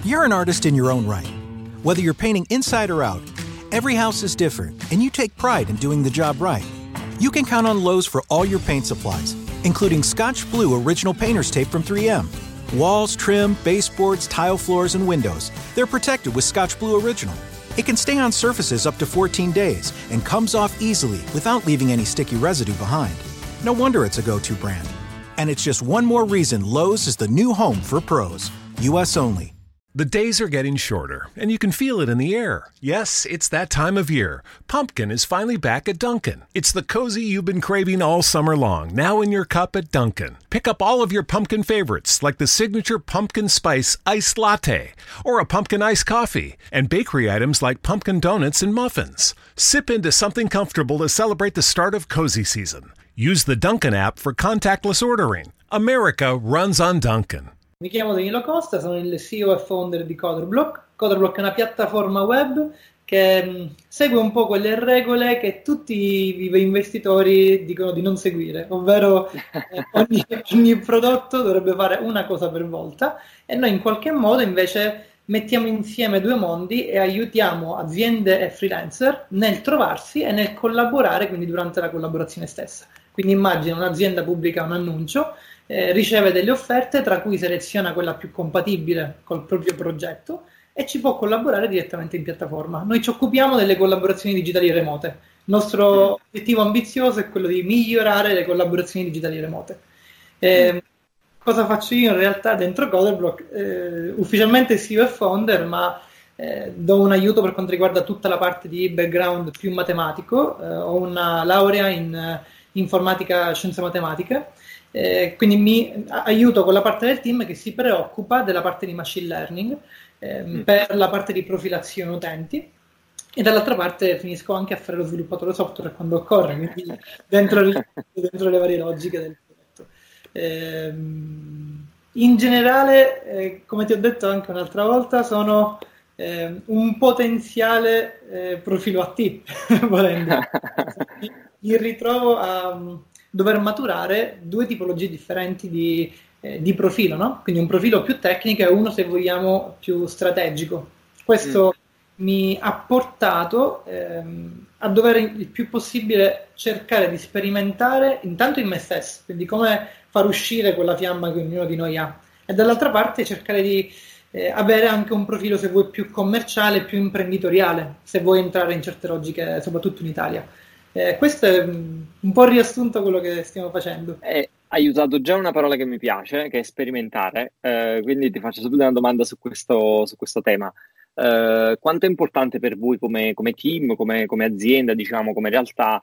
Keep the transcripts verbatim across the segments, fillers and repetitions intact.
You're an artist in your own right. Whether you're painting inside or out, every house is different, and you take pride in doing the job right. You can count on Lowe's for all your paint supplies, including Scotch Blue Original Painter's Tape from three M. Walls, trim, baseboards, tile floors, and windows. They're protected with Scotch Blue Original. It can stay on surfaces up to fourteen days and comes off easily without leaving any sticky residue behind. No wonder it's a go-to brand. And it's just one more reason Lowe's is the new home for pros. U S only. The days are getting shorter, and you can feel it in the air. Yes, it's that time of year. Pumpkin is finally back at Dunkin'. It's the cozy you've been craving all summer long, now in your cup at Dunkin'. Pick up all of your pumpkin favorites, like the signature pumpkin spice iced latte, or a pumpkin iced coffee, and bakery items like pumpkin donuts and muffins. Sip into something comfortable to celebrate the start of cozy season. Use the Dunkin' app for contactless ordering. America runs on Dunkin'. Mi chiamo Danilo Costa, sono il C E O e founder di Coderblock. Coderblock è una piattaforma web che mh, segue un po' quelle regole che tutti i investitori dicono di non seguire, ovvero eh, ogni, ogni prodotto dovrebbe fare una cosa per volta, e noi in qualche modo invece mettiamo insieme due mondi e aiutiamo aziende e freelancer nel trovarsi e nel collaborare, quindi durante la collaborazione stessa. Quindi immagina un'azienda pubblica un annuncio, Eh, riceve delle offerte tra cui seleziona quella più compatibile col proprio progetto e ci può collaborare direttamente in piattaforma. Noi ci occupiamo delle collaborazioni digitali remote. Il nostro mm. obiettivo ambizioso è quello di migliorare le collaborazioni digitali remote. Eh, mm. Cosa faccio io in realtà dentro Coderblock? Eh, ufficialmente C E O e founder, ma eh, do un aiuto per quanto riguarda tutta la parte di background più matematico. Eh, ho una laurea in uh, informatica scienze matematiche. Eh, quindi mi aiuto con la parte del team che si preoccupa della parte di machine learning eh, mm. per la parte di profilazione utenti, e dall'altra parte finisco anche a fare lo sviluppatore software quando occorre, quindi dentro, dentro le varie logiche del progetto. Eh, in generale, eh, come ti ho detto anche un'altra volta, sono eh, un potenziale eh, profilo A T, volendo. Mi ritrovo a dover maturare due tipologie differenti di, eh, di profilo, no? Quindi un profilo più tecnico e uno, se vogliamo, più strategico. Questo mm. mi ha portato ehm, a dover il più possibile cercare di sperimentare intanto in me stesso, quindi come far uscire quella fiamma che ognuno di noi ha, e dall'altra parte cercare di eh, avere anche un profilo, se vuoi, più commerciale, più imprenditoriale, se vuoi entrare in certe logiche, soprattutto in Italia. Eh, questo è un po' riassunto quello che stiamo facendo. Eh, hai usato già una parola che mi piace, che è sperimentare, eh, quindi ti faccio subito una domanda su questo, su questo tema. Eh, quanto è importante per voi come, come team, come, come azienda, diciamo, come realtà,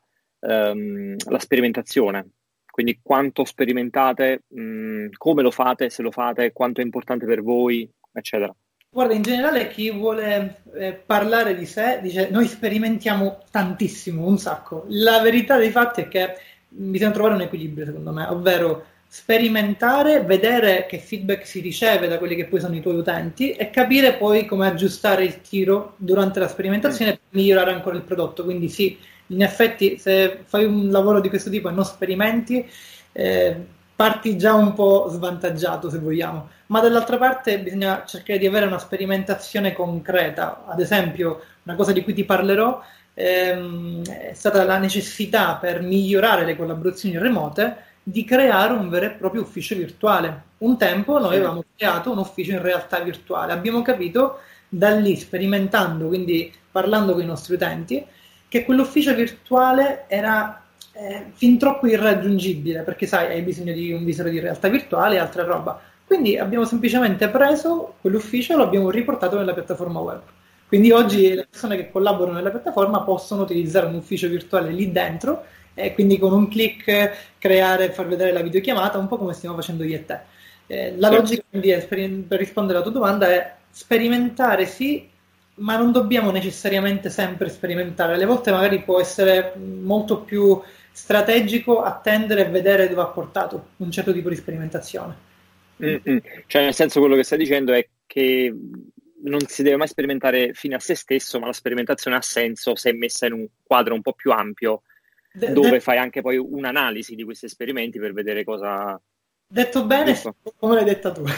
ehm, la sperimentazione? Quindi quanto sperimentate, mh, come lo fate, se lo fate, quanto è importante per voi, eccetera. Guarda, in generale chi vuole eh, parlare di sé dice noi sperimentiamo tantissimo, un sacco. La verità dei fatti è che bisogna trovare un equilibrio, secondo me, ovvero sperimentare, vedere che feedback si riceve da quelli che poi sono i tuoi utenti e capire poi come aggiustare il tiro durante la sperimentazione per migliorare ancora il prodotto. Quindi sì, in effetti se fai un lavoro di questo tipo e non sperimenti, eh, parti già un po' svantaggiato, se vogliamo, ma dall'altra parte bisogna cercare di avere una sperimentazione concreta. Ad esempio, una cosa di cui ti parlerò ehm, è stata la necessità, per migliorare le collaborazioni remote, di creare un vero e proprio ufficio virtuale. Un tempo noi avevamo creato un ufficio in realtà virtuale, abbiamo capito da lì, sperimentando, quindi parlando con i nostri utenti, che quell'ufficio virtuale era Eh, fin troppo irraggiungibile, perché sai, hai bisogno di un visore di realtà virtuale e altra roba. Quindi abbiamo semplicemente preso quell'ufficio e lo abbiamo riportato nella piattaforma web. Quindi oggi le persone che collaborano nella piattaforma possono utilizzare un ufficio virtuale lì dentro e quindi con un click creare e far vedere la videochiamata, un po' come stiamo facendo io e te. Eh, la logica, quindi, è, per rispondere alla tua domanda, è sperimentare sì, ma non dobbiamo necessariamente sempre sperimentare. Alle volte magari può essere molto più strategico attendere e vedere dove ha portato un certo tipo di sperimentazione. Mm-hmm. Cioè, nel senso, quello che stai dicendo è che non si deve mai sperimentare fine a se stesso, ma la sperimentazione ha senso se è messa in un quadro un po' più ampio, de- dove de- fai anche poi un'analisi di questi esperimenti per vedere cosa... Detto bene, Giusto? come l'hai detta tu.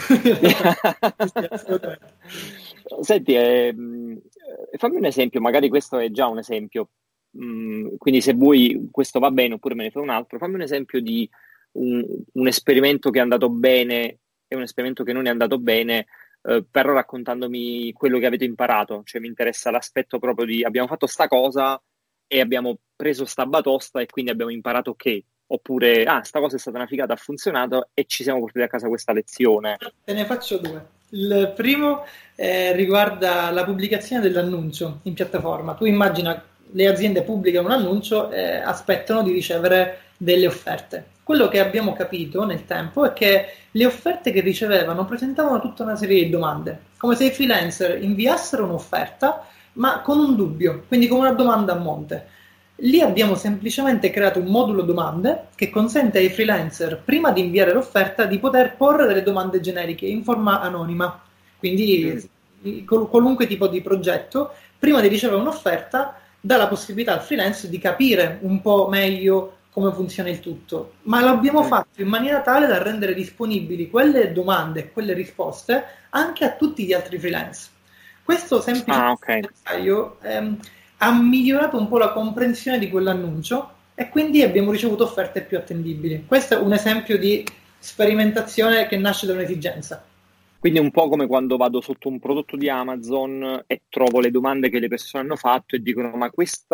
Sì, assolutamente. Senti, eh, mh, eh, fammi un esempio, magari questo è già un esempio, mh, quindi se vuoi questo va bene oppure me ne fai un altro, fammi un esempio di un, un esperimento che è andato bene e un esperimento che non è andato bene, eh, però raccontandomi quello che avete imparato, cioè mi interessa l'aspetto proprio di abbiamo fatto sta cosa e abbiamo preso sta batosta e quindi abbiamo imparato che, oppure ah, sta cosa è stata una figata, ha funzionato e ci siamo portati a casa questa lezione. Te ne faccio due. Il primo eh, riguarda la pubblicazione dell'annuncio in piattaforma. Tu immagina, le aziende pubblicano un annuncio e aspettano di ricevere delle offerte. Quello che abbiamo capito nel tempo è che le offerte che ricevevano presentavano tutta una serie di domande, come se i freelancer inviassero un'offerta, ma con un dubbio, quindi con una domanda a monte. Lì abbiamo semplicemente creato un modulo domande che consente ai freelancer, prima di inviare l'offerta, di poter porre delle domande generiche in forma anonima. Quindi mm. qualunque tipo di progetto, prima di ricevere un'offerta, dà la possibilità al freelancer di capire un po' meglio come funziona il tutto. Ma lo abbiamo mm. fatto in maniera tale da rendere disponibili quelle domande, quelle risposte, anche a tutti gli altri freelance. Questo semplice ah, okay. dettaglio ehm, ha migliorato un po' la comprensione di quell'annuncio e quindi abbiamo ricevuto offerte più attendibili. Questo è un esempio di sperimentazione che nasce da un'esigenza. Quindi è un po' come quando vado sotto un prodotto di Amazon e trovo le domande che le persone hanno fatto e dicono ma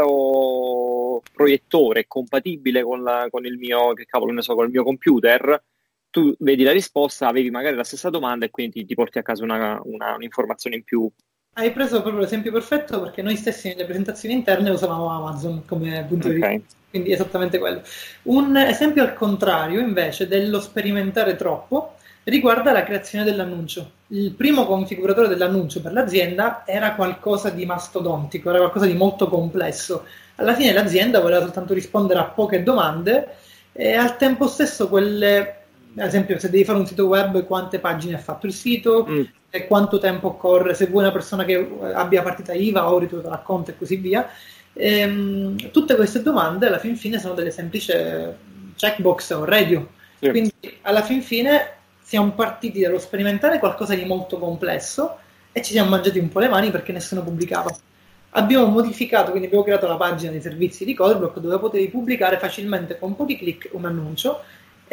questo proiettore è compatibile con, la, con il mio, che cavolo ne so, con il mio computer? Tu vedi la risposta, avevi magari la stessa domanda e quindi ti, ti porti a casa una, una, un'informazione in più. Hai preso proprio l'esempio perfetto perché noi stessi nelle presentazioni interne usavamo Amazon come punto okay. di vista, quindi esattamente quello. Un esempio al contrario invece dello sperimentare troppo riguarda la creazione dell'annuncio. Il primo configuratore dell'annuncio per l'azienda era qualcosa di mastodontico, era qualcosa di molto complesso. Alla fine l'azienda voleva soltanto rispondere a poche domande e al tempo stesso quelle, ad esempio se devi fare un sito web, quante pagine ha fatto il sito, mm. e quanto tempo occorre, se vuoi una persona che abbia partita I V A o ritorno da racconto e così via. Ehm, tutte queste domande alla fin fine sono delle semplici checkbox o radio. Sì. Quindi alla fin fine siamo partiti dallo sperimentare qualcosa di molto complesso e ci siamo mangiati un po' le mani perché nessuno pubblicava. Abbiamo modificato, quindi abbiamo creato la pagina dei servizi di Coderblock dove potevi pubblicare facilmente con pochi click un annuncio.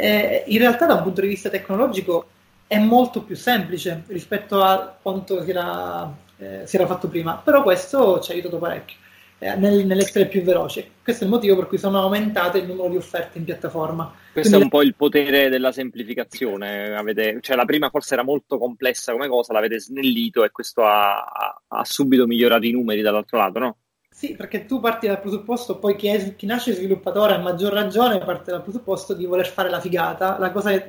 E in realtà da un punto di vista tecnologico è molto più semplice rispetto a quanto si era, eh, si era fatto prima, però questo ci ha aiutato parecchio eh, nel, nell'essere più veloce. Questo è il motivo per cui sono aumentate il numero di offerte in piattaforma. Questo Quindi è un po' il potere della semplificazione. Avete, cioè la prima forse era molto complessa come cosa, l'avete snellito e questo ha, ha, ha subito migliorato i numeri dall'altro lato, no? Sì, perché tu parti dal presupposto, poi chi, è, chi nasce sviluppatore a maggior ragione parte dal presupposto di voler fare la figata, la cosa è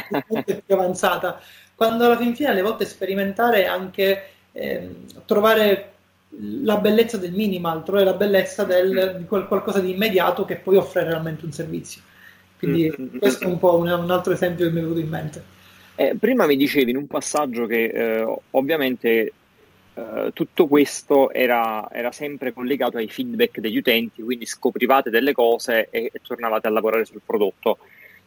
più avanzata. Quando alla fin fine alle volte sperimentare anche eh, trovare la bellezza del minimal, trovare la bellezza del, di quel, qualcosa di immediato che poi offre realmente un servizio. Quindi mm-hmm. questo è un po' un, un altro esempio che mi è venuto in mente. Eh, prima mi dicevi in un passaggio che eh, ovviamente Uh, tutto questo era, era sempre collegato ai feedback degli utenti, quindi scoprivate delle cose e, e tornavate a lavorare sul prodotto.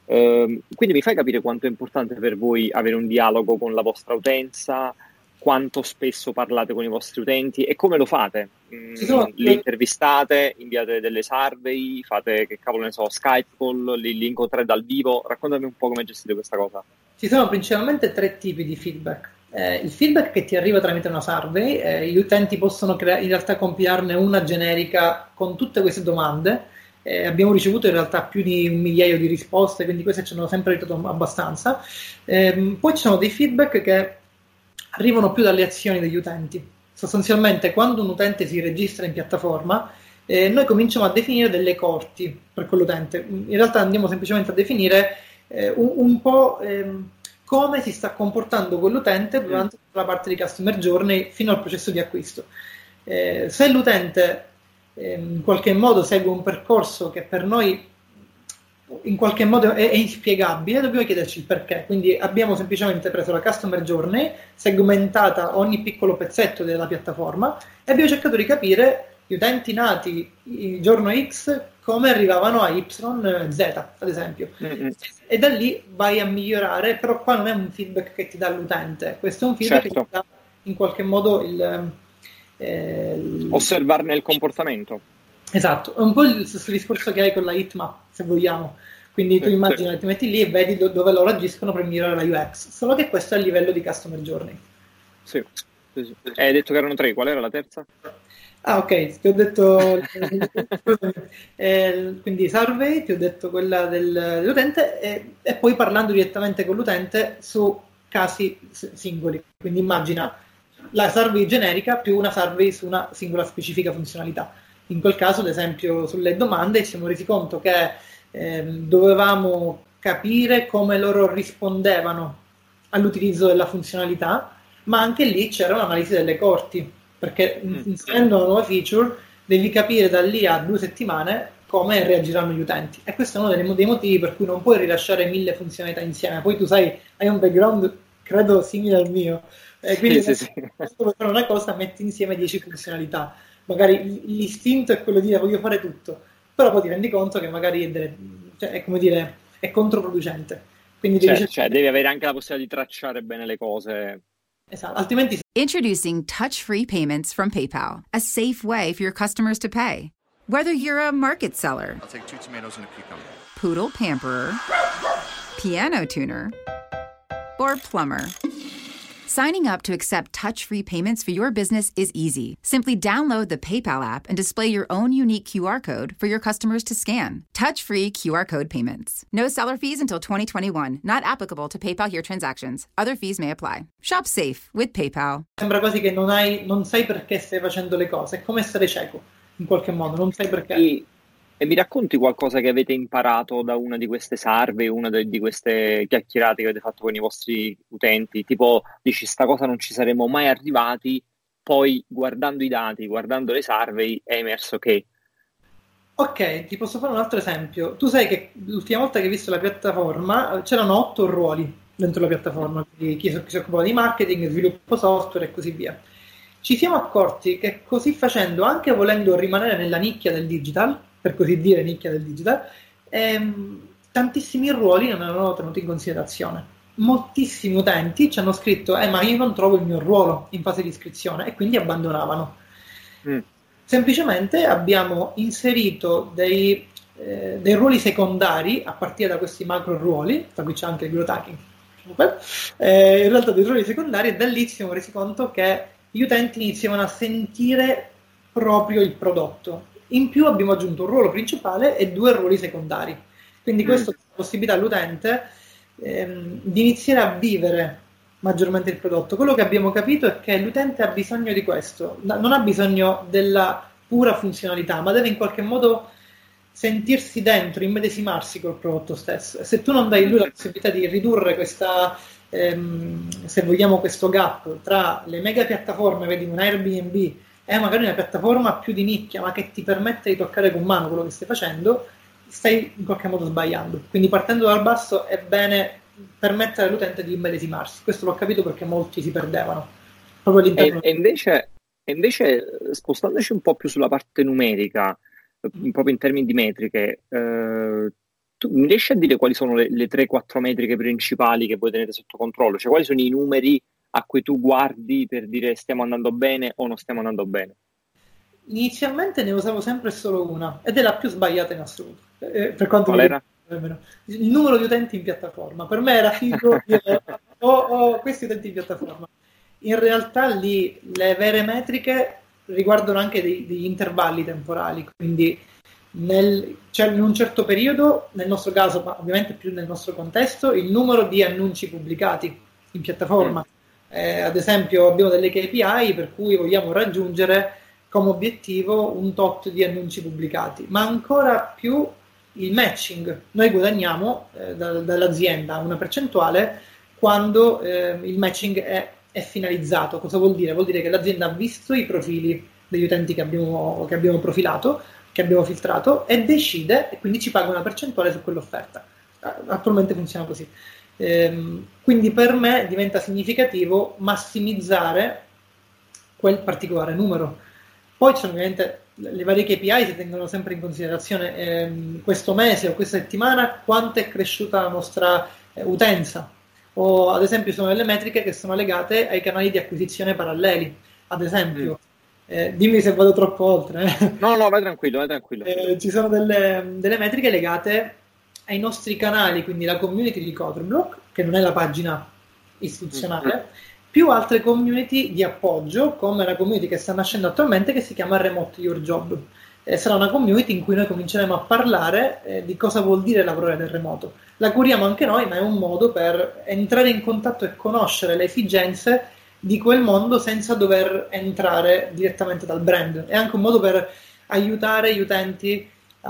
Uh, quindi mi fai capire quanto è importante per voi avere un dialogo con la vostra utenza, quanto spesso parlate con i vostri utenti e come lo fate? Mm, sono... Li intervistate, inviate delle survey, fate, che cavolo ne so, Skype call, li, li incontrate dal vivo? Raccontami un po' come gestite questa cosa. Ci sono principalmente tre tipi di feedback. Eh, il feedback che ti arriva tramite una survey, eh, gli utenti possono crea- in realtà compilarne una generica con tutte queste domande. Eh, abbiamo ricevuto in realtà più di un migliaio di risposte, quindi queste ci hanno sempre aiutato abbastanza. Eh, poi ci sono dei feedback che arrivano più dalle azioni degli utenti. Sostanzialmente, quando un utente si registra in piattaforma, eh, noi cominciamo a definire delle corti per quell'utente. In realtà andiamo semplicemente a definire eh, un, un po' ehm, come si sta comportando quell'utente durante la parte di customer journey fino al processo di acquisto. Eh, se l'utente eh, in qualche modo segue un percorso che per noi in qualche modo è, è inspiegabile, dobbiamo chiederci il perché. Quindi abbiamo semplicemente preso la customer journey, segmentata ogni piccolo pezzetto della piattaforma e abbiamo cercato di capire gli utenti nati il giorno X come arrivavano a Y Z, ad esempio. Mm-hmm. E da lì vai a migliorare, però qua non è un feedback che ti dà l'utente, questo è un feedback certo. che ti dà in qualche modo il, eh, il... osservarne il comportamento. Esatto, è un po' il stesso discorso che hai con la heatmap, se vogliamo. Quindi tu immagina, ti metti lì e vedi do- dove loro agiscono per migliorare la U X, solo che questo è a livello di customer journey. Sì, sì, sì. E hai detto che erano tre, qual era la terza? Ah, ok, ti ho detto eh, quindi survey, ti ho detto quella del, dell'utente e, e poi parlando direttamente con l'utente su casi singoli. Quindi immagina la survey generica più una survey su una singola specifica funzionalità. In quel caso, ad esempio, sulle domande ci siamo resi conto che Eh, dovevamo capire come loro rispondevano all'utilizzo della funzionalità, ma anche lì c'era un'analisi delle coorti, perché mm. inserendo una nuova feature devi capire da lì a due settimane come reagiranno gli utenti, e questo è uno dei, dei motivi per cui non puoi rilasciare mille funzionalità insieme. Poi tu sai, hai un background credo simile al mio, eh, quindi sì, sì, sì. per fare una cosa metti insieme dieci funzionalità, magari l'istinto è quello di dire voglio fare tutto, però poi ti rendi conto che magari è, delle, cioè, è come dire, è controproducente. Quindi devi, cioè, cioè, devi avere anche la possibilità di tracciare bene le cose. Esatto, altrimenti... Introducing touch-free payments from PayPal, a safe way for your customers to pay. Whether you're a market seller, I'll take two tomatoes and a cucumber, poodle pamperer, piano tuner, or plumber. Signing up to accept touch-free payments for your business is easy. Simply download the PayPal app and display your own unique Q R code for your customers to scan. Touch-free Q R code payments. No seller fees until twenty twenty-one. Not applicable to PayPal here transactions. Other fees may apply. Shop safe with PayPal. Sembra quasi che non hai, non sai perché stai facendo le cose. È come essere cieco, in qualche modo. Non sai perché. E, e mi racconti qualcosa che avete imparato da una di queste survey, una de, di queste chiacchierate che avete fatto con i vostri utenti? Tipo, dici, sta cosa non ci saremmo mai arrivati, poi guardando i dati, guardando le survey, è emerso che... Ok, ti posso fare un altro esempio. Tu sai che l'ultima volta che hai visto la piattaforma c'erano otto ruoli dentro la piattaforma, quindi chi si occupava di marketing, sviluppo software e così via. Ci siamo accorti che così facendo, anche volendo rimanere nella nicchia del digital, per così dire nicchia del digital, ehm, tantissimi ruoli non erano tenuti in considerazione. Moltissimi utenti ci hanno scritto eh ma io non trovo il mio ruolo in fase di iscrizione, e quindi abbandonavano. Mm. Semplicemente abbiamo inserito dei, eh, dei ruoli secondari a partire da questi macro ruoli, da qui c'è anche il growth hacking, eh, in realtà dei ruoli secondari, e da lì ci siamo resi conto che gli utenti iniziavano a sentire proprio il prodotto. In più abbiamo aggiunto un ruolo principale e due ruoli secondari, quindi questo dà la possibilità all'utente ehm, di iniziare a vivere maggiormente il prodotto. Quello che abbiamo capito è che l'utente ha bisogno di questo, non ha bisogno della pura funzionalità, ma deve in qualche modo sentirsi dentro, immedesimarsi col prodotto stesso. E se tu non dai lui la possibilità di ridurre questa, ehm, se vogliamo, questo gap tra le mega piattaforme, vedi un Airbnb, è magari una piattaforma più di nicchia, ma che ti permette di toccare con mano quello che stai facendo, stai in qualche modo sbagliando. Quindi partendo dal basso è bene permettere all'utente di immedesimarsi. Questo l'ho capito perché molti si perdevano. Proprio all'interno. E, e, invece, e invece, spostandoci un po' più sulla parte numerica, proprio in termini di metriche, eh, tu mi riesci a dire quali sono le, le tre quattro metriche principali che voi tenete sotto controllo? Cioè quali sono i numeri a cui tu guardi per dire stiamo andando bene o non stiamo andando bene? Inizialmente ne usavo sempre solo una, ed è la più sbagliata in assoluto. Eh, per quanto Qual era? Il numero di utenti in piattaforma. Per me era figo dire ho, ho questi utenti in piattaforma. In realtà lì le vere metriche riguardano anche dei, degli intervalli temporali, quindi nel, cioè in un certo periodo, nel nostro caso, ma ovviamente più nel nostro contesto, il numero di annunci pubblicati in piattaforma. Mm. Eh, ad esempio abbiamo delle K P I per cui vogliamo raggiungere come obiettivo un tot di annunci pubblicati, ma ancora più il matching. Noi guadagniamo eh, da, dall'azienda una percentuale quando eh, il matching è, è finalizzato. Cosa vuol dire? Vuol dire che l'azienda ha visto i profili degli utenti che abbiamo, che abbiamo profilato, che abbiamo filtrato, e decide, e quindi ci paga una percentuale su quell'offerta. Attualmente funziona così. Ehm, quindi per me diventa significativo massimizzare quel particolare numero. Poi ci sono ovviamente le varie K P I si tengono sempre in considerazione. Ehm, questo mese o questa settimana quanto è cresciuta la nostra eh, utenza, o ad esempio sono delle metriche che sono legate ai canali di acquisizione paralleli, ad esempio. Mm. Eh, dimmi se vado troppo oltre. Eh. No, no, vai tranquillo, vai tranquillo. Eh, ci sono delle, delle metriche legate ai nostri canali, quindi la community di Coderblock, che non è la pagina istituzionale, mm. più altre community di appoggio, come la community che sta nascendo attualmente, che si chiama Remote Your Job. Eh, sarà una community in cui noi cominceremo a parlare eh, di cosa vuol dire lavorare del remoto. La curiamo anche noi, ma è un modo per entrare in contatto e conoscere le esigenze di quel mondo senza dover entrare direttamente dal brand. È anche un modo per aiutare gli utenti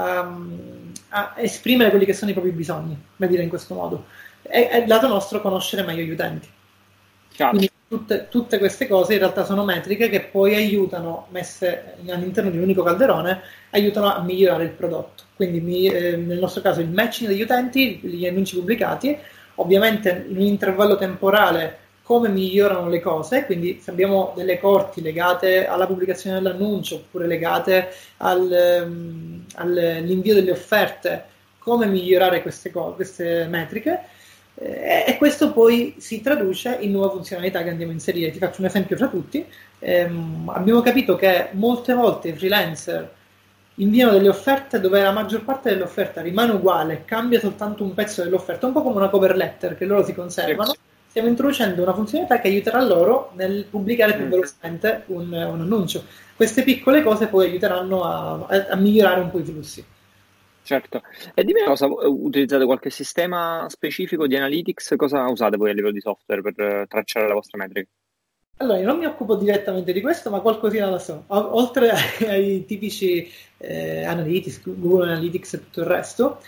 um, a esprimere quelli che sono i propri bisogni, per dire in questo modo. È, è lato nostro conoscere meglio gli utenti. Chiaro. Quindi tutte, tutte queste cose in realtà sono metriche che poi aiutano, messe all'interno di un unico calderone, aiutano a migliorare il prodotto. Quindi mi, eh, nel nostro caso il matching degli utenti, gli annunci pubblicati, ovviamente in un intervallo temporale come migliorano le cose, quindi se abbiamo delle corti legate alla pubblicazione dell'annuncio oppure legate al, um, all'invio delle offerte, come migliorare queste, co- queste metriche, eh, e questo poi si traduce in nuove funzionalità che andiamo a inserire. Ti faccio un esempio fra tutti. Ehm, abbiamo capito che molte volte i freelancer inviano delle offerte dove la maggior parte dell'offerta rimane uguale, cambia soltanto un pezzo dell'offerta, un po' come una cover letter che loro si conservano. Stiamo introducendo una funzionalità che aiuterà loro nel pubblicare più velocemente un, un annuncio. Queste piccole cose poi aiuteranno a, a, a migliorare un po' i flussi. Certo. E dimmi una cosa, utilizzate qualche sistema specifico di analytics? Cosa usate voi a livello di software per tracciare la vostra metrica? Allora, io non mi occupo direttamente di questo, ma qualcosina la so. Oltre ai tipici eh, analytics, Google Analytics e tutto il resto,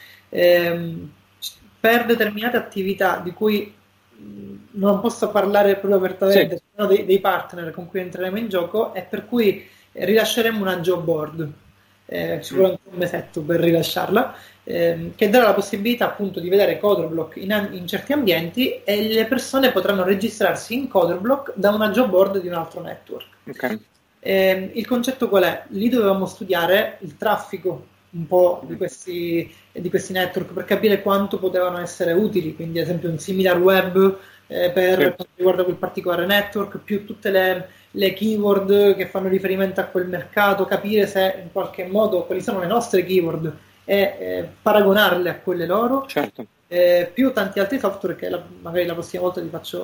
ehm, per determinate attività di cui non posso parlare proprio apertamente, sì. Sono dei, dei partner con cui entreremo in gioco e per cui rilasceremo una job board, eh, ci vuole anche un mesetto per rilasciarla, eh, che darà la possibilità appunto di vedere Coderblock in, in certi ambienti, e le persone potranno registrarsi in Coderblock da una job board di un altro network. Okay. Eh, il concetto qual è? Lì dovevamo studiare il traffico un po' di questi, di questi network per capire quanto potevano essere utili, quindi ad esempio un similar web eh, per sì. quanto riguarda quel particolare network, più tutte le, le keyword che fanno riferimento a quel mercato, capire se in qualche modo quali sono le nostre keyword e eh, paragonarle a quelle loro. Certo. Eh, più tanti altri software che la, magari la prossima volta vi faccio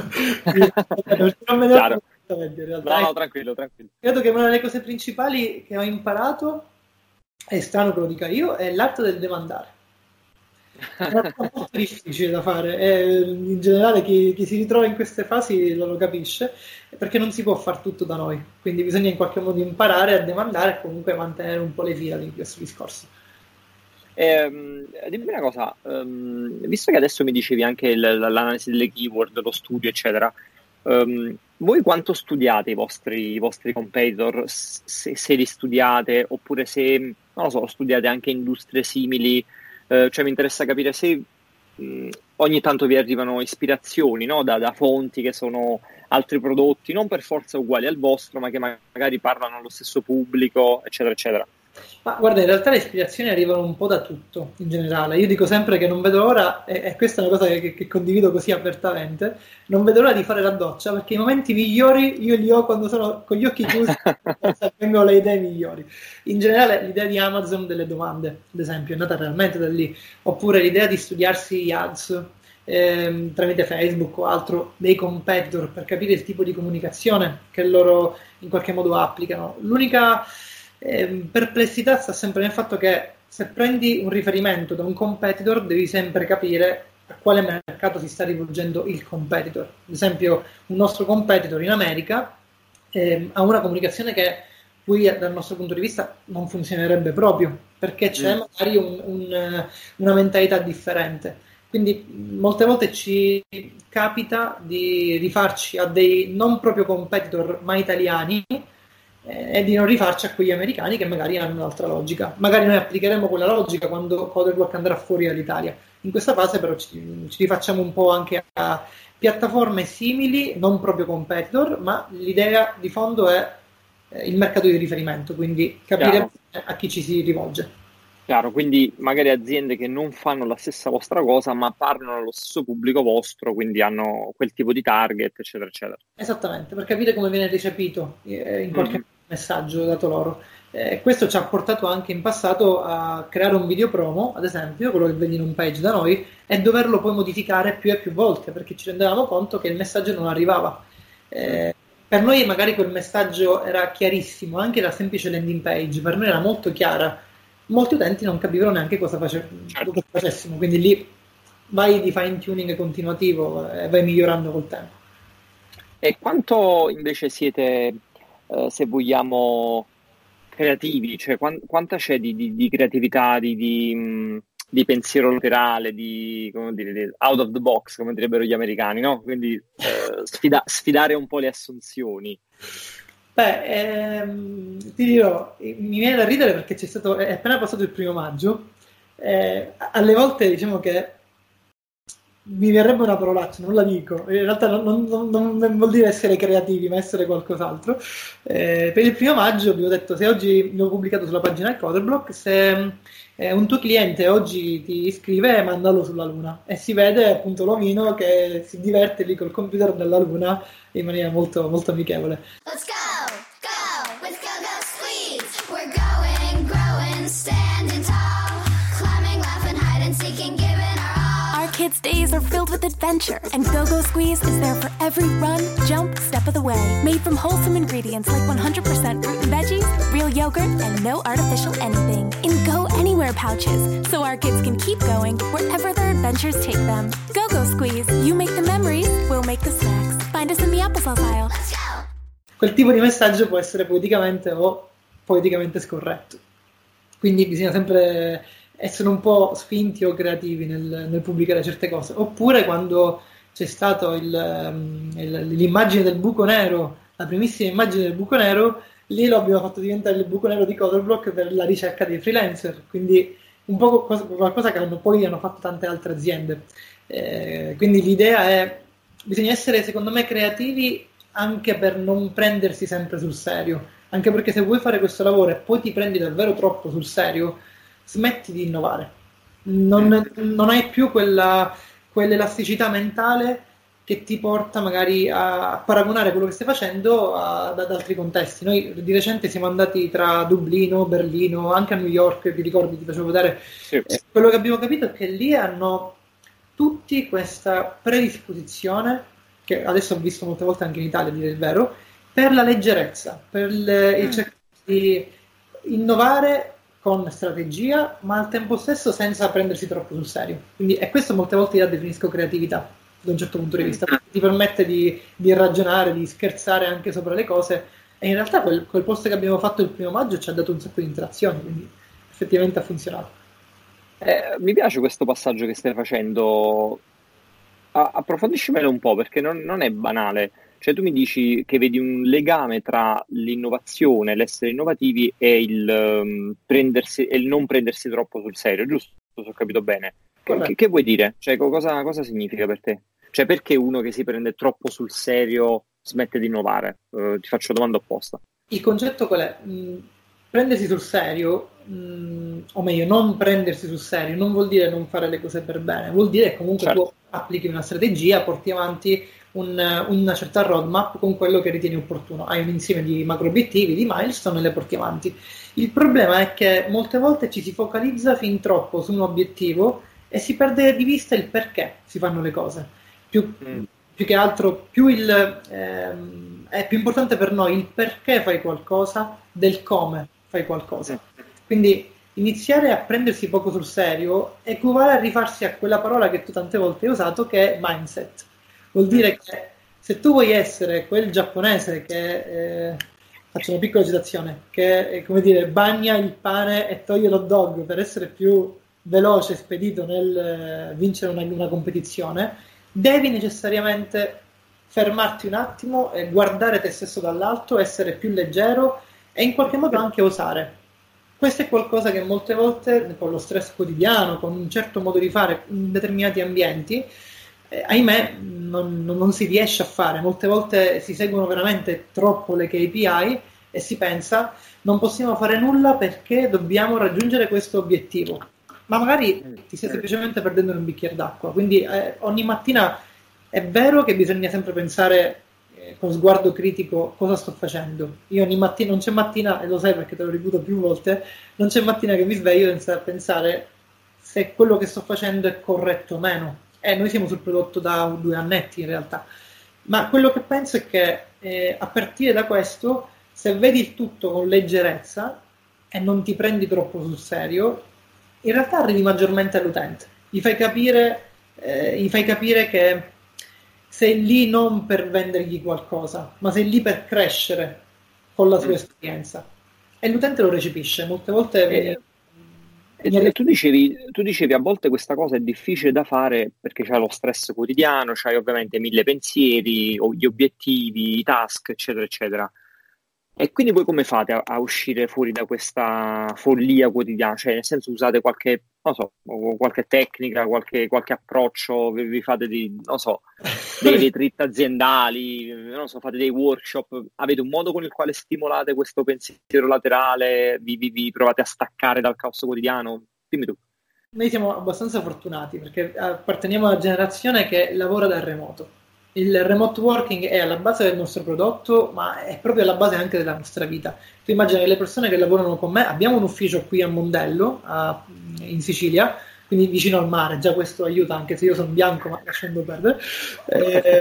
non me ne ho in realtà. No, no, tranquillo, tranquillo. Credo che una delle cose principali che ho imparato, è strano che lo dica io, è l'arte del demandare. È una cosa molto difficile da fare e in generale chi, chi si ritrova in queste fasi lo, lo capisce, perché non si può fare tutto da noi, quindi bisogna in qualche modo imparare a demandare e comunque mantenere un po' le fila di questo discorso. Eh, dimmi una cosa, um, visto che adesso mi dicevi anche il, l'analisi delle keyword, lo studio eccetera, um, voi quanto studiate i vostri, i vostri competitor, se, se li studiate oppure se, non lo so, studiate anche industrie simili, uh, cioè mi interessa capire se mh, ogni tanto vi arrivano ispirazioni, no? da, da fonti che sono altri prodotti, non per forza uguali al vostro, ma che magari parlano allo stesso pubblico, eccetera eccetera. Ma guarda, in realtà le ispirazioni arrivano un po' da tutto in generale. Io dico sempre che non vedo l'ora, e, e questa è una cosa che, che condivido così apertamente, non vedo l'ora di fare la doccia, perché i momenti migliori io li ho quando sono con gli occhi chiusi e vengono le idee migliori. In generale l'idea di Amazon delle domande, ad esempio, è nata realmente da lì, oppure l'idea di studiarsi gli ads ehm, tramite Facebook o altro dei competitor per capire il tipo di comunicazione che loro in qualche modo applicano. L'unica Eh, perplessità sta sempre nel fatto che se prendi un riferimento da un competitor devi sempre capire a quale mercato si sta rivolgendo il competitor. Ad esempio un nostro competitor in America eh, ha una comunicazione che qui dal nostro punto di vista non funzionerebbe proprio, perché c'è mm. magari un, un, una mentalità differente. Quindi molte volte ci capita di rifarci a dei non proprio competitor ma italiani e di non rifarci a quegli americani che magari hanno un'altra logica. Magari noi applicheremo quella logica quando Coderblock andrà fuori dall'Italia. In questa fase però ci, ci rifacciamo un po' anche a piattaforme simili, non proprio competitor, ma l'idea di fondo è eh, il mercato di riferimento, quindi capire Chiaro. a chi ci si rivolge. Chiaro, quindi magari aziende che non fanno la stessa vostra cosa, ma parlano allo stesso pubblico vostro, quindi hanno quel tipo di target, eccetera, eccetera. Esattamente, per capire come viene recepito eh, in qualche Mm. messaggio dato loro. Eh, questo ci ha portato anche in passato a creare un video promo, ad esempio, quello che vedi in home page da noi, e doverlo poi modificare più e più volte, perché ci rendevamo conto che il messaggio non arrivava. Eh, per noi magari quel messaggio era chiarissimo, anche la semplice landing page, per noi era molto chiara. Molti utenti non capivano neanche cosa, face- Certo. cosa facessimo, quindi lì vai di fine tuning continuativo e vai migliorando col tempo. E quanto invece siete, eh, se vogliamo, creativi? Cioè, quan- quanta c'è di, di- di creatività, di, di, mh, di pensiero laterale, di, come dire, di out of the box, come direbbero gli americani, no? Quindi eh, sfida- sfidare un po' le assunzioni. Beh, ehm, ti dirò, eh, mi viene da ridere perché c'è stato, è appena passato il primo maggio, eh, alle volte diciamo che mi verrebbe una parolaccia, non la dico, in realtà non, non- non- non vuol dire essere creativi, ma essere qualcos'altro. Eh, per il primo maggio abbiamo detto, se oggi l'ho pubblicato sulla pagina del Coderblock, se eh, un tuo cliente oggi ti iscrive, mandalo sulla Luna, e si vede appunto l'omino che si diverte lì col computer della Luna in maniera molto, molto amichevole. Let's go, go, with Go Go Squeeze. We're going, growing, standing tall, climbing, laughing, hide and seeking, giving our all. Our kids' days are filled with adventure, and Go Go Squeeze is there for every run, jump, step of the way. Made from wholesome ingredients like one hundred percent fruit and veggies, real yogurt, and no artificial anything. In Go Anywhere pouches, so our kids can keep going wherever their adventures take them. Go Go Squeeze, you make the memories, we'll make the snacks. Find us in the applesauce aisle. Let's go. Quel tipo di messaggio può essere politicamente o politicamente scorretto. Quindi bisogna sempre essere un po' spinti o creativi nel, nel pubblicare certe cose. Oppure quando c'è stato il, um, il- l'immagine del buco nero, la primissima immagine del buco nero, lì lo abbiamo fatto diventare il buco nero di Coderblock per la ricerca dei freelancer. Quindi un po' qualcosa, qualcosa che hanno, poi hanno fatto tante altre aziende. Eh, quindi l'idea è, bisogna essere secondo me creativi anche per non prendersi sempre sul serio, anche perché se vuoi fare questo lavoro e poi ti prendi davvero troppo sul serio, smetti di innovare, non, non hai più quella, quell'elasticità mentale che ti porta magari a paragonare quello che stai facendo a- ad altri contesti. Noi di recente siamo andati tra Dublino, Berlino, anche a New York, ti ricordi, ti facevo vedere. Sì. Eh, quello che abbiamo capito è che lì hanno tutti questa predisposizione, che adesso ho visto molte volte anche in Italia, a dire il vero, per la leggerezza, per il, il Mm. cercare di innovare con strategia, ma al tempo stesso senza prendersi troppo sul serio. Quindi, e questo molte volte io la definisco creatività, da un certo punto di vista, perché ti permette di, di ragionare, di scherzare anche sopra le cose, e in realtà quel, quel post che abbiamo fatto il primo maggio ci ha dato un sacco di interazioni, quindi effettivamente ha funzionato. Eh, mi piace questo passaggio che stai facendo. A- approfondiscimelo un po', perché non, non è banale. Cioè, tu mi dici che vedi un legame tra l'innovazione, l'essere innovativi e il, ehm, prendersi, e il non prendersi troppo sul serio, giusto? Se ho capito bene. Che, Corretto. che- che vuoi dire? Cioè, co- cosa, cosa significa per te? Cioè, perché uno che si prende troppo sul serio smette di innovare? Eh, ti faccio la domanda opposta. Il concetto qual è? Mh, prendersi sul serio, mh, o meglio, non prendersi sul serio, non vuol dire non fare le cose per bene, vuol dire che comunque Certo. tu applichi una strategia, porti avanti un- una certa roadmap con quello che ritieni opportuno. Hai un insieme di macro obiettivi, di milestone e le porti avanti. Il problema è che molte volte ci si focalizza fin troppo su un obiettivo e si perde di vista il perché si fanno le cose. Più, Mm. più che altro, più il, ehm, è più importante per noi il perché fai qualcosa del come fai qualcosa. Quindi iniziare a prendersi poco sul serio equivale a rifarsi a quella parola che tu tante volte hai usato, che è mindset. Vuol dire che se tu vuoi essere quel giapponese che, eh, faccio una piccola citazione, che eh, come dire, bagna il pane e toglie l'hot dog per essere più veloce e spedito nel eh, vincere una, una competizione, devi necessariamente fermarti un attimo e guardare te stesso dall'alto, essere più leggero e in qualche modo anche osare. Questo è qualcosa che molte volte, con lo stress quotidiano, con un certo modo di fare in determinati ambienti, eh, ahimè, non, non- non si riesce a fare. Molte volte si seguono veramente troppo le K P I e si pensa non possiamo fare nulla perché dobbiamo raggiungere questo obiettivo, ma magari ti stai semplicemente perdendo in un bicchiere d'acqua. Quindi eh, ogni mattina è vero che bisogna sempre pensare eh, con sguardo critico cosa sto facendo. Io ogni mattina, non c'è mattina, e lo sai perché te lo ripeto più volte, non c'è mattina che mi sveglio senza pensare se quello che sto facendo è corretto o meno. Eh, noi siamo sul prodotto da due annetti in realtà, ma quello che penso è che eh, a partire da questo, se vedi il tutto con leggerezza e non ti prendi troppo sul serio, in realtà arrivi maggiormente all'utente, gli fai capire, eh, gli fai capire che sei lì non per vendergli qualcosa, ma sei lì per crescere con la sua esperienza, e l'utente lo recepisce. Molte volte E, e tu dicevi, tu dicevi a volte questa cosa è difficile da fare perché c'hai lo stress quotidiano, c'hai ovviamente mille pensieri, o gli obiettivi, i task, eccetera, eccetera. E quindi voi come fate a, a uscire fuori da questa follia quotidiana? Cioè, nel senso, usate qualche, non so, qualche tecnica, qualche, qualche approccio, vi, vi fate di, non so, dei retreat aziendali, non so, fate dei workshop, avete un modo con il quale stimolate questo pensiero laterale, vi, vi, vi provate a staccare dal caos quotidiano? Dimmi tu. Noi siamo abbastanza fortunati perché apparteniamo a una generazione che lavora da remoto. Il remote working è alla base del nostro prodotto, ma è proprio alla base anche della nostra vita. Tu immagini che le persone che lavorano con me, abbiamo un ufficio qui a Mondello, a, in Sicilia, quindi vicino al mare, già questo aiuta, anche se io sono bianco, ma lasciando perdere. Eh,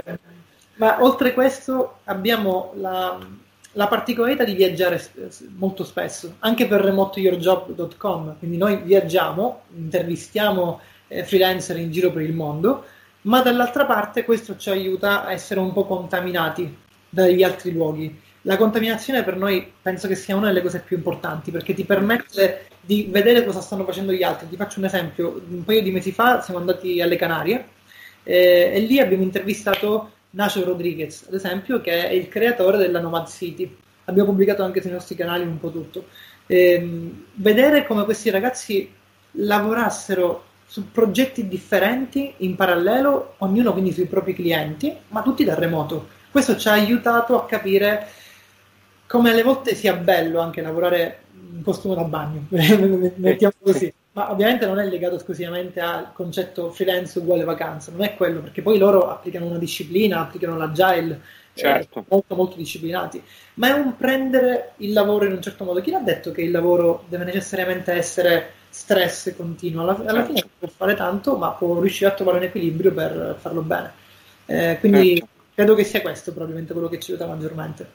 ma oltre questo abbiamo la, la particolarità di viaggiare molto spesso, anche per remote your job dot com, quindi noi viaggiamo, intervistiamo eh, freelancer in giro per il mondo, ma dall'altra parte questo ci aiuta a essere un po' contaminati dagli altri luoghi. La contaminazione per noi penso che sia una delle cose più importanti, perché ti permette di vedere cosa stanno facendo gli altri. Ti faccio un esempio: un paio di mesi fa siamo andati alle Canarie eh, e lì abbiamo intervistato Nacho Rodriguez, ad esempio, che è il creatore della Nomad City. Abbiamo pubblicato anche sui nostri canali un po' tutto. Eh, vedere come questi ragazzi lavorassero su progetti differenti in parallelo, ognuno quindi sui propri clienti, ma tutti da remoto. Questo ci ha aiutato a capire come alle volte sia bello anche lavorare in costume da bagno, mettiamo così. Ma ovviamente non è legato esclusivamente al concetto freelance uguale vacanza, non è quello, perché poi loro applicano una disciplina, applicano l'agile, certo. eh, molto molto disciplinati, ma è un prendere il lavoro in un certo modo. Chi l'ha detto che il lavoro deve necessariamente essere stress continuo? Alla, alla certo. fine può fare tanto, ma può riuscire a trovare un equilibrio per farlo bene. Eh, quindi certo. Credo che sia questo probabilmente quello che ci aiuta maggiormente.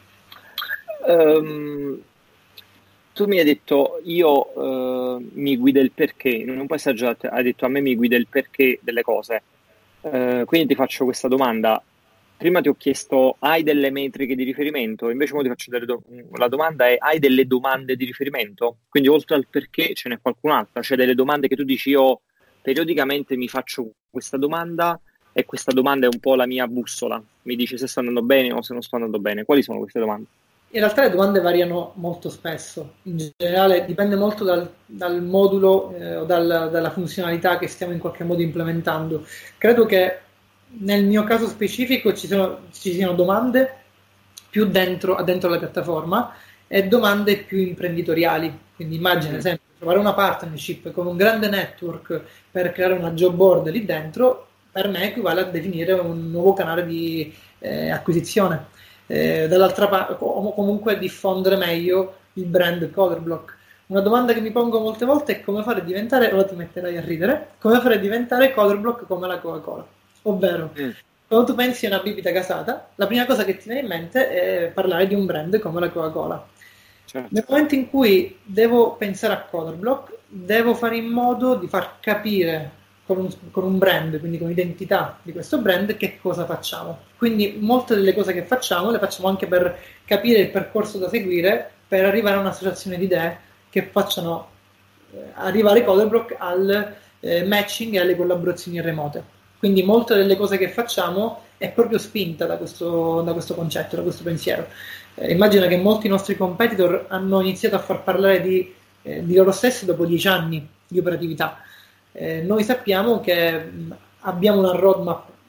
Um, tu mi hai detto io uh, mi guida il perché, non puoi esaggerare, hai detto a me mi guida il perché delle cose. Uh, quindi ti faccio questa domanda. Prima ti ho chiesto hai delle metriche di riferimento, invece ora ti faccio delle do- la domanda è hai delle domande di riferimento? Quindi oltre al perché ce n'è qualcun'altra, c'è delle domande che tu dici io periodicamente mi faccio questa domanda e questa domanda è un po' la mia bussola, mi dice se sto andando bene o se non sto andando bene. Quali sono queste domande? In realtà le domande variano molto spesso, in generale dipende molto dal, dal modulo eh, o dal, dalla funzionalità che stiamo in qualche modo implementando. Credo che nel mio caso specifico ci siano, ci siano domande più dentro, dentro la piattaforma e domande più imprenditoriali. Quindi immagina, ad esempio, trovare una partnership con un grande network per creare una job board lì dentro, per me equivale a definire un nuovo canale di eh, acquisizione. Eh, dall'altra parte, o comunque diffondere meglio il brand Coderblock. Una domanda che mi pongo molte volte è come fare diventare, ora ti metterai a ridere, come fare diventare Coderblock come la Coca-Cola. Ovvero, mm. quando tu pensi a una bibita gasata, la prima cosa che ti viene in mente è parlare di un brand come la Coca-Cola. Certo. Nel momento in cui devo pensare a Coderblock, devo fare in modo di far capire con un, con un brand, quindi con l'identità di questo brand, che cosa facciamo. Quindi molte delle cose che facciamo le facciamo anche per capire il percorso da seguire per arrivare a un'associazione di idee che facciano eh, arrivare Coderblock al eh, matching e alle collaborazioni remote. Quindi molte delle cose che facciamo è proprio spinta da questo, da questo concetto, da questo pensiero. Eh, immagina che molti nostri competitor hanno iniziato a far parlare di, eh, di loro stessi dopo dieci anni di operatività. Eh, noi sappiamo che mh, abbiamo una roadmap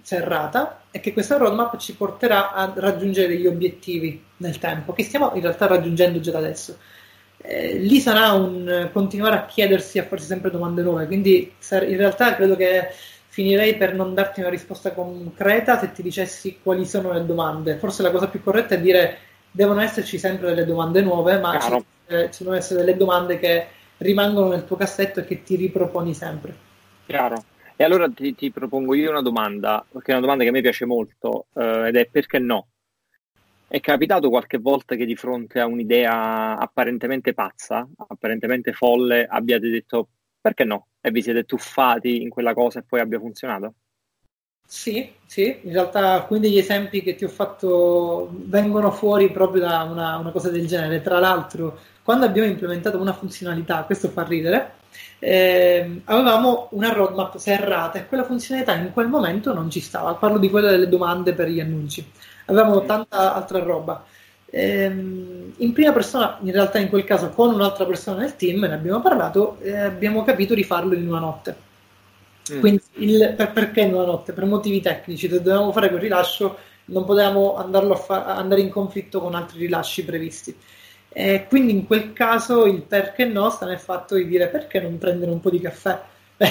serrata e che questa roadmap ci porterà a raggiungere degli obiettivi nel tempo, che stiamo in realtà raggiungendo già da adesso. Eh, lì sarà un continuare a chiedersi, a farsi sempre domande nuove, quindi in realtà credo che finirei per non darti una risposta concreta se ti dicessi quali sono le domande. Forse la cosa più corretta è dire devono esserci sempre delle domande nuove, ma ci, eh, ci devono essere delle domande che rimangono nel tuo cassetto e che ti riproponi sempre. Chiaro. E allora ti, ti propongo io una domanda, perché è una domanda che a me piace molto, eh, ed è perché no? È capitato qualche volta che di fronte a un'idea apparentemente pazza, apparentemente folle, abbiate detto perché no? E vi siete tuffati in quella cosa e poi abbia funzionato? Sì, sì, in realtà alcuni degli esempi che ti ho fatto vengono fuori proprio da una, una cosa del genere. Tra l'altro, quando abbiamo implementato una funzionalità, questo fa ridere, eh, avevamo una roadmap serrata e quella funzionalità in quel momento non ci stava. Parlo di quella delle domande per gli annunci. Avevamo tanta altra roba. Ehm, in prima persona, in realtà in quel caso con un'altra persona nel team, ne abbiamo parlato e abbiamo capito di farlo in una notte. Mm. Quindi il, per, perché in una notte? Per motivi tecnici, se dovevamo fare quel rilascio non potevamo andarlo a fa- andare in conflitto con altri rilasci previsti. E quindi in quel caso il perché no sta nel fatto di dire perché non prendere un po' di caffè.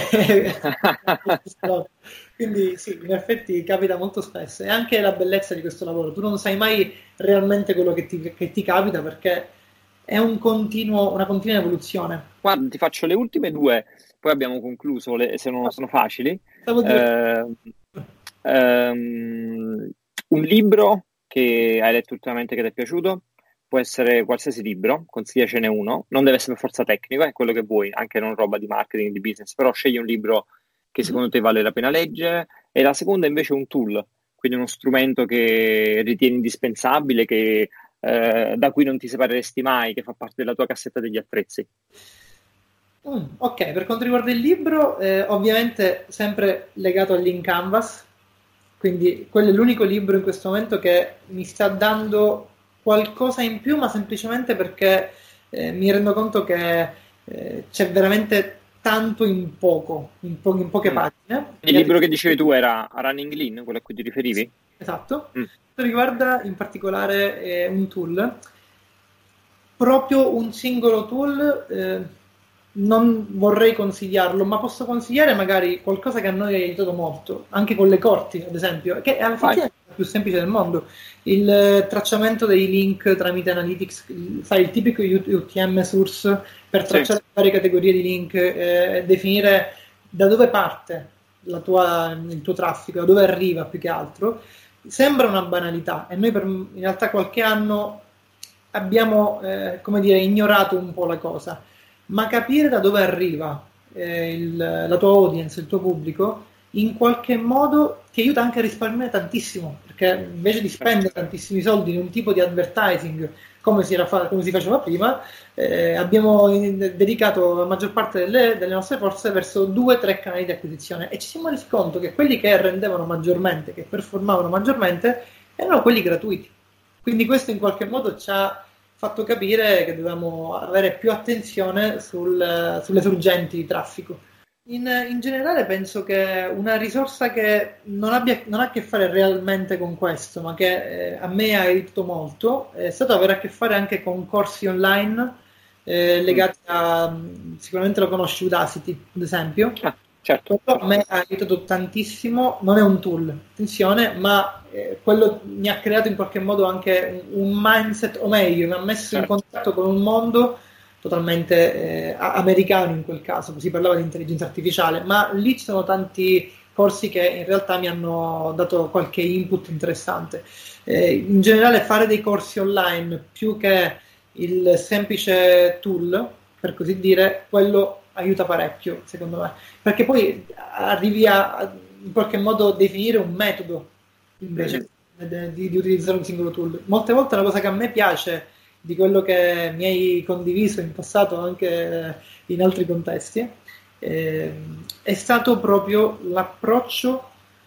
Quindi sì, in effetti capita molto spesso, e anche la bellezza di questo lavoro, tu non sai mai realmente quello che ti, che ti capita, perché è un continuo, una continua evoluzione. Guarda, ti faccio le ultime due, poi abbiamo concluso, le, se non sono facili. Eh, ehm, un libro che hai letto ultimamente che ti è piaciuto? Può essere qualsiasi libro, consigliacene uno, non deve essere per forza tecnico, è quello che vuoi, anche non roba di marketing, di business, però scegli un libro che secondo te vale la pena leggere. E la seconda invece è un tool, quindi uno strumento che ritieni indispensabile, che, eh, da cui non ti separeresti mai, che fa parte della tua cassetta degli attrezzi. Mm, ok, per quanto riguarda il libro, eh, ovviamente sempre legato al Lean Canvas, quindi quello è l'unico libro in questo momento che mi sta dando qualcosa in più, ma semplicemente perché eh, mi rendo conto che eh, c'è veramente tanto in poco, in, po- in poche mm. pagine. Il libro che dicevi tu era Running Lean, quello a cui ti riferivi? Sì, esatto. Mm. Riguarda in particolare eh, un tool, proprio un singolo tool, eh, non vorrei consigliarlo, ma posso consigliare magari qualcosa che a noi ha aiutato molto, anche con le corti, ad esempio, che alla fine è la più semplice del mondo. Il eh, tracciamento dei link tramite Analytics, il, sai, il tipico U T M source per tracciare sì. varie categorie di link, eh, definire da dove parte la tua, il tuo traffico, da dove arriva più che altro, sembra una banalità, e noi per in realtà qualche anno abbiamo, eh, come dire, ignorato un po' la cosa. Ma capire da dove arriva eh, il, la tua audience, il tuo pubblico, in qualche modo ti aiuta anche a risparmiare tantissimo, perché invece di spendere tantissimi soldi in un tipo di advertising come si, era fa- come si faceva prima, eh, abbiamo in- dedicato la maggior parte delle, delle nostre forze verso due o tre canali di acquisizione, e ci siamo resi conto che quelli che rendevano maggiormente, che performavano maggiormente, erano quelli gratuiti. Quindi questo in qualche modo ci ha fatto capire che dovevamo avere più attenzione sul, sulle sorgenti di traffico. In, in generale penso che una risorsa che non, abbia, non ha a che fare realmente con questo, ma che eh, a me ha aiutato molto, è stato avere a che fare anche con corsi online eh, legati a, sicuramente lo conosci, Udacity ad esempio. Ah, certo. A me ha aiutato tantissimo, non è un tool, attenzione, ma eh, quello mi ha creato in qualche modo anche un, un mindset, o meglio, mi ha messo certo. in contatto con un mondo totalmente eh, americano in quel caso, si parlava di intelligenza artificiale, ma lì ci sono tanti corsi che in realtà mi hanno dato qualche input interessante. Eh, in generale fare dei corsi online più che il semplice tool, per così dire, quello aiuta parecchio, secondo me, perché poi arrivi a, a in qualche modo definire un metodo invece mm-hmm. di, di utilizzare un singolo tool. Molte volte una cosa che a me piace di quello che mi hai condiviso in passato anche in altri contesti eh, è stato proprio l'approccio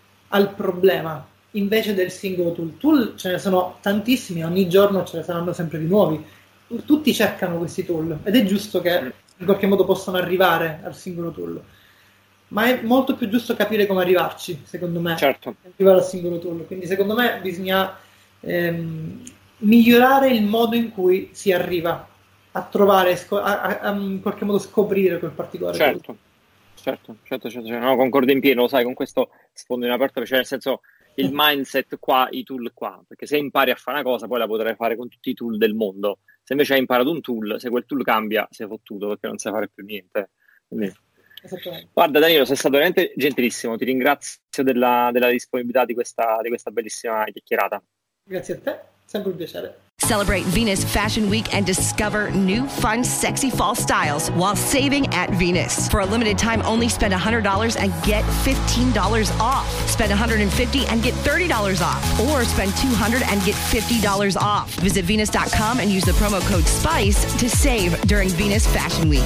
al problema invece del singolo tool. Tool ce ne sono tantissimi, ogni giorno ce ne saranno sempre di nuovi, tutti cercano questi tool ed è giusto che in qualche modo possano arrivare al singolo tool, ma è molto più giusto capire come arrivarci, secondo me, certo. arrivare al singolo tool. Quindi secondo me bisogna ehm, migliorare il modo in cui si arriva a trovare, a, a, a in qualche modo scoprire quel particolare certo. tool. Certo, certo, certo, certo. No, concordo in pieno, lo sai, con questo sfondo in aperto, cioè nel senso il mindset qua, i tool qua, perché se impari a fare una cosa poi la potrai fare con tutti i tool del mondo. Se invece hai imparato un tool, se quel tool cambia, sei fottuto perché non sai fare più niente. Quindi... Guarda Danilo, sei stato veramente gentilissimo, ti ringrazio della, della disponibilità di questa, di questa bellissima chiacchierata. Grazie a te, sempre un piacere. Celebrate Venus Fashion Week and discover new, fun, sexy fall styles while saving at Venus. For a limited time only, spend one hundred dollars and get fifteen dollars off. Spend one hundred fifty dollars and get thirty dollars off. Or spend two hundred dollars and get fifty dollars off. Visit Venus dot com and use the promo code SPICE to save during Venus Fashion Week.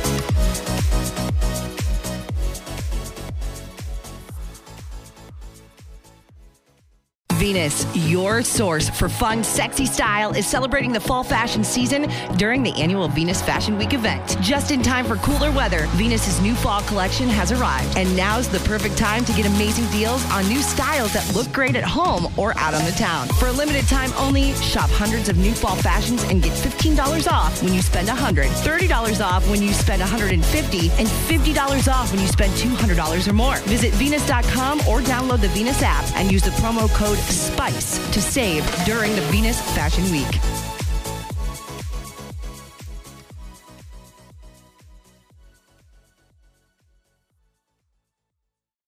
Venus, your source for fun, sexy style, is celebrating the fall fashion season during the annual Venus Fashion Week event. Just in time for cooler weather, Venus's new fall collection has arrived, and now's the perfect time to get amazing deals on new styles that look great at home or out on the town. For a limited time only, shop hundreds of new fall fashions and get fifteen dollars off when you spend one hundred dollars, thirty dollars off when you spend one hundred fifty dollars, and fifty dollars off when you spend two hundred dollars or more. Visit Venus dot com or download the Venus app and use the promo code SPICE to save during the Venus Fashion Week.